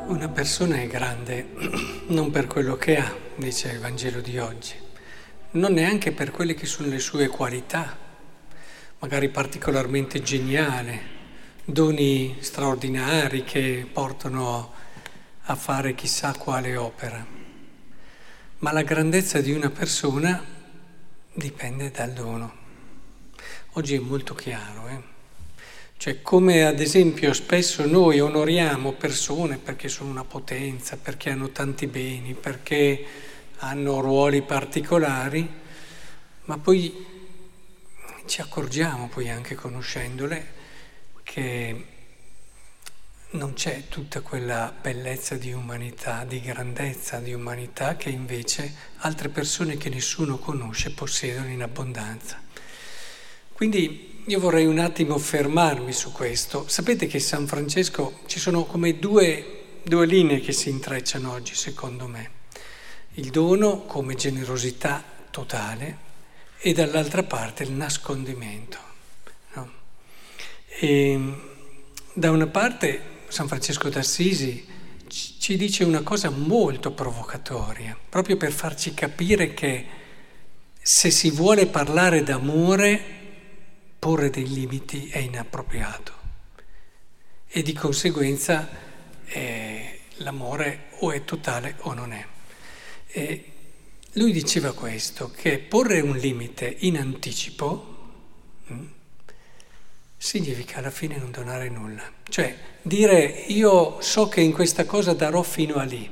Una persona è grande non per quello che ha, dice il Vangelo di oggi, non neanche per quelle che sono le sue qualità, magari particolarmente geniale, doni straordinari che portano a fare chissà quale opera. Ma la grandezza di una persona dipende dal dono. Oggi è molto chiaro, Cioè, come ad esempio spesso noi onoriamo persone perché sono una potenza, perché hanno tanti beni, perché hanno ruoli particolari, ma poi ci accorgiamo, poi anche conoscendole, che non c'è tutta quella bellezza di umanità, di grandezza di umanità che invece altre persone che nessuno conosce possiedono in abbondanza. Quindi io vorrei un attimo fermarmi su questo. Sapete che San Francesco ci sono come due linee che si intrecciano oggi, secondo me. Il dono come generosità totale e dall'altra parte il nascondimento. No? E da una parte San Francesco d'Assisi ci dice una cosa molto provocatoria, proprio per farci capire che se si vuole parlare d'amore, porre dei limiti è inappropriato e di conseguenza l'amore o è totale o non è. E lui diceva questo, che porre un limite in anticipo significa alla fine non donare nulla. Cioè dire io so che in questa cosa darò fino a lì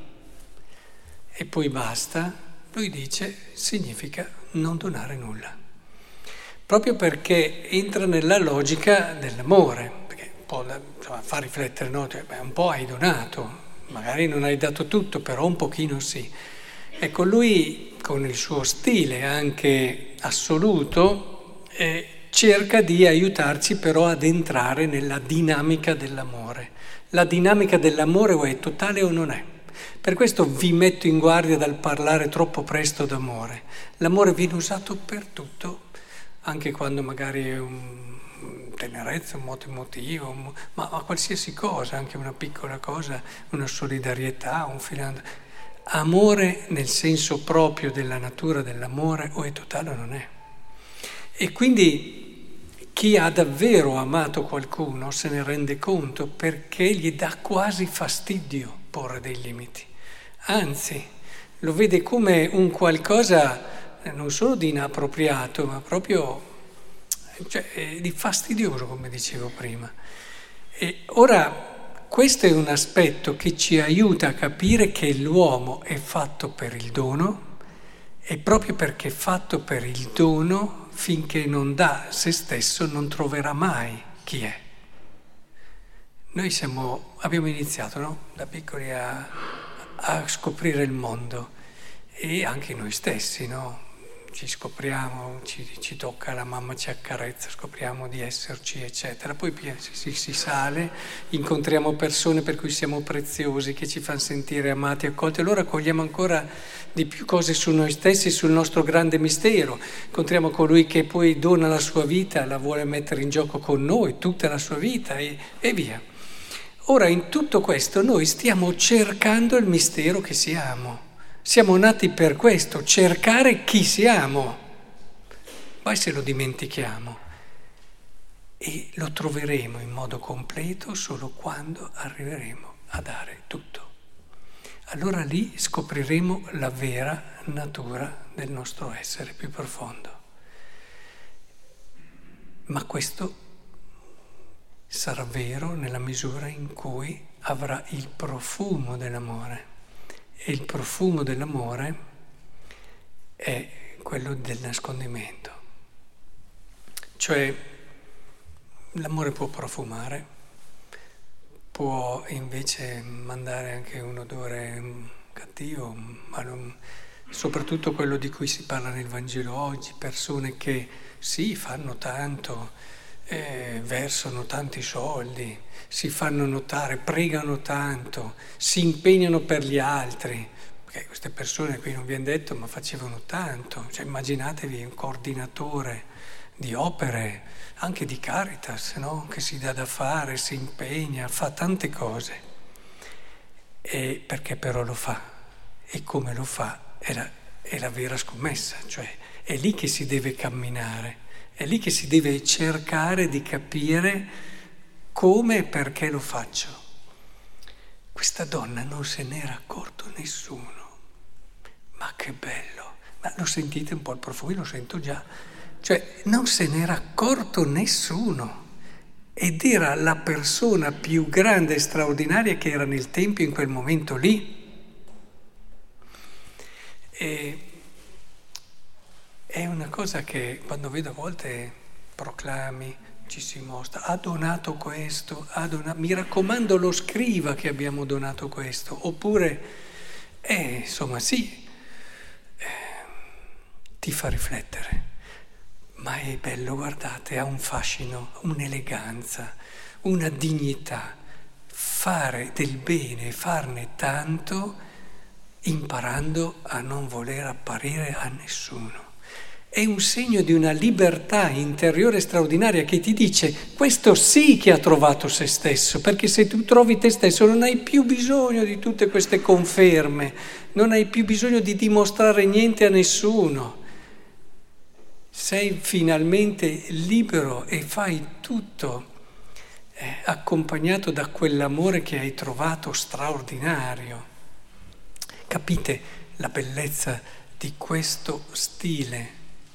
e poi basta, lui dice significa non donare nulla. Proprio perché entra nella logica dell'amore, perché fa riflettere, no? Cioè, un po' hai donato, magari non hai dato tutto, però un pochino sì. Ecco, lui con il suo stile anche assoluto cerca di aiutarci però ad entrare nella dinamica dell'amore. La dinamica dell'amore o è totale o non è. Per questo vi metto in guardia dal parlare troppo presto d'amore. L'amore viene usato per tutto. Anche quando magari è tenerezza, un moto emotivo, ma qualsiasi cosa, anche una piccola cosa, una solidarietà, un filantropo. Amore nel senso proprio della natura dell'amore o è totale o non è. E quindi chi ha davvero amato qualcuno se ne rende conto perché gli dà quasi fastidio porre dei limiti. Anzi, lo vede come un qualcosa non solo di inappropriato, ma proprio di fastidioso, come dicevo prima. E ora questo è un aspetto che ci aiuta a capire che l'uomo è fatto per il dono e proprio perché è fatto per il dono, finché non dà se stesso non troverà mai chi è. Noi abbiamo iniziato, no? Da piccoli a scoprire il mondo e anche noi stessi, no? Ci scopriamo, ci tocca, la mamma ci accarezza, scopriamo di esserci, eccetera. Poi si sale, incontriamo persone per cui siamo preziosi, che ci fanno sentire amati, accolti. Allora cogliamo ancora di più cose su noi stessi, sul nostro grande mistero. Incontriamo colui che poi dona la sua vita, la vuole mettere in gioco con noi, tutta la sua vita e via. Ora in tutto questo noi stiamo cercando il mistero che siamo. Siamo nati per questo, cercare chi siamo. Poi se lo dimentichiamo e lo troveremo in modo completo solo quando arriveremo a dare tutto. Allora lì scopriremo la vera natura del nostro essere più profondo. Ma questo sarà vero nella misura in cui avrà il profumo dell'amore. E il profumo dell'amore è quello del nascondimento. Cioè, l'amore può profumare, può invece mandare anche un odore cattivo, ma soprattutto quello di cui si parla nel Vangelo oggi, persone che sì, fanno tanto, versano tanti soldi, si fanno notare, pregano tanto, si impegnano per gli altri, perché queste persone qui non vi hanno detto ma facevano tanto, cioè immaginatevi un coordinatore di opere, anche di Caritas, no? Che si dà da fare, si impegna, fa tante cose E perché però lo fa? E come lo fa è la vera scommessa, cioè è lì che si deve camminare, è lì che si deve cercare di capire come e perché lo faccio. Questa donna non se n'era accorto nessuno, ma che bello, ma lo sentite un po' il profumo, io lo sento già, cioè non se n'era accorto nessuno. Ed era la persona più grande e straordinaria che era nel Tempio in quel momento lì. E è una cosa che quando vedo a volte proclami, ci si mostra, ha donato questo, mi raccomando lo scriva che abbiamo donato questo, oppure, insomma sì, ti fa riflettere. Ma è bello, guardate, ha un fascino, un'eleganza, una dignità. Fare del bene, farne tanto, imparando a non voler apparire a nessuno. È un segno di una libertà interiore straordinaria che ti dice questo sì che ha trovato se stesso, perché se tu trovi te stesso non hai più bisogno di tutte queste conferme, non hai più bisogno di dimostrare niente a nessuno. Sei finalmente libero e fai tutto accompagnato da quell'amore che hai trovato straordinario. Capite la bellezza di questo stile?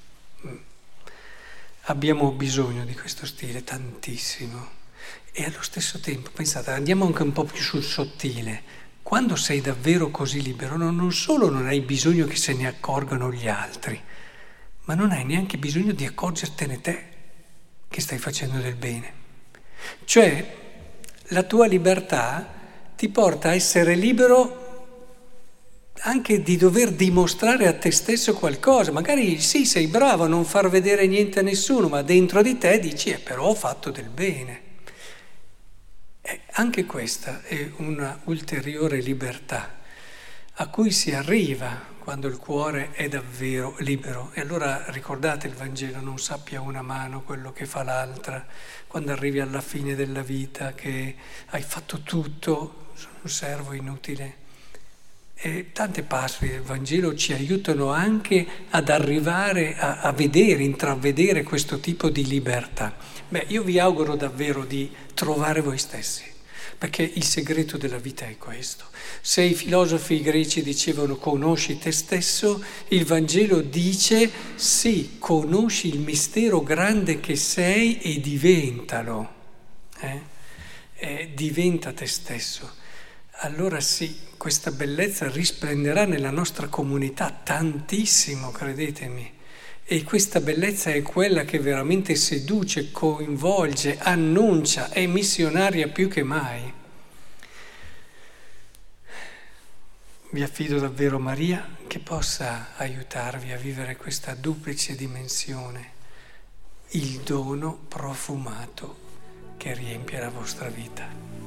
Abbiamo bisogno di questo stile tantissimo e allo stesso tempo, pensate, andiamo anche un po' più sul sottile. Quando sei davvero così libero, non solo non hai bisogno che se ne accorgano gli altri, ma non hai neanche bisogno di accorgertene te che stai facendo del bene. Cioè, la tua libertà ti porta a essere libero anche di dover dimostrare a te stesso qualcosa. Magari sì, sei bravo a non far vedere niente a nessuno, ma dentro di te dici, però ho fatto del bene. Anche questa è una ulteriore libertà a cui si arriva quando il cuore è davvero libero. E allora ricordate il Vangelo, non sappia una mano quello che fa l'altra, quando arrivi alla fine della vita che hai fatto tutto, sono un servo inutile. E tante passaggi del Vangelo ci aiutano anche ad arrivare a vedere, intravedere questo tipo di libertà. Io vi auguro davvero di trovare voi stessi, perché il segreto della vita è questo. Se i filosofi greci dicevano conosci te stesso, il Vangelo dice sì, conosci il mistero grande che sei e diventalo. Diventa te stesso. Allora sì, questa bellezza risplenderà nella nostra comunità tantissimo, credetemi. E questa bellezza è quella che veramente seduce, coinvolge, annuncia, è missionaria più che mai. Vi affido davvero a Maria che possa aiutarvi a vivere questa duplice dimensione, il dono profumato che riempie la vostra vita.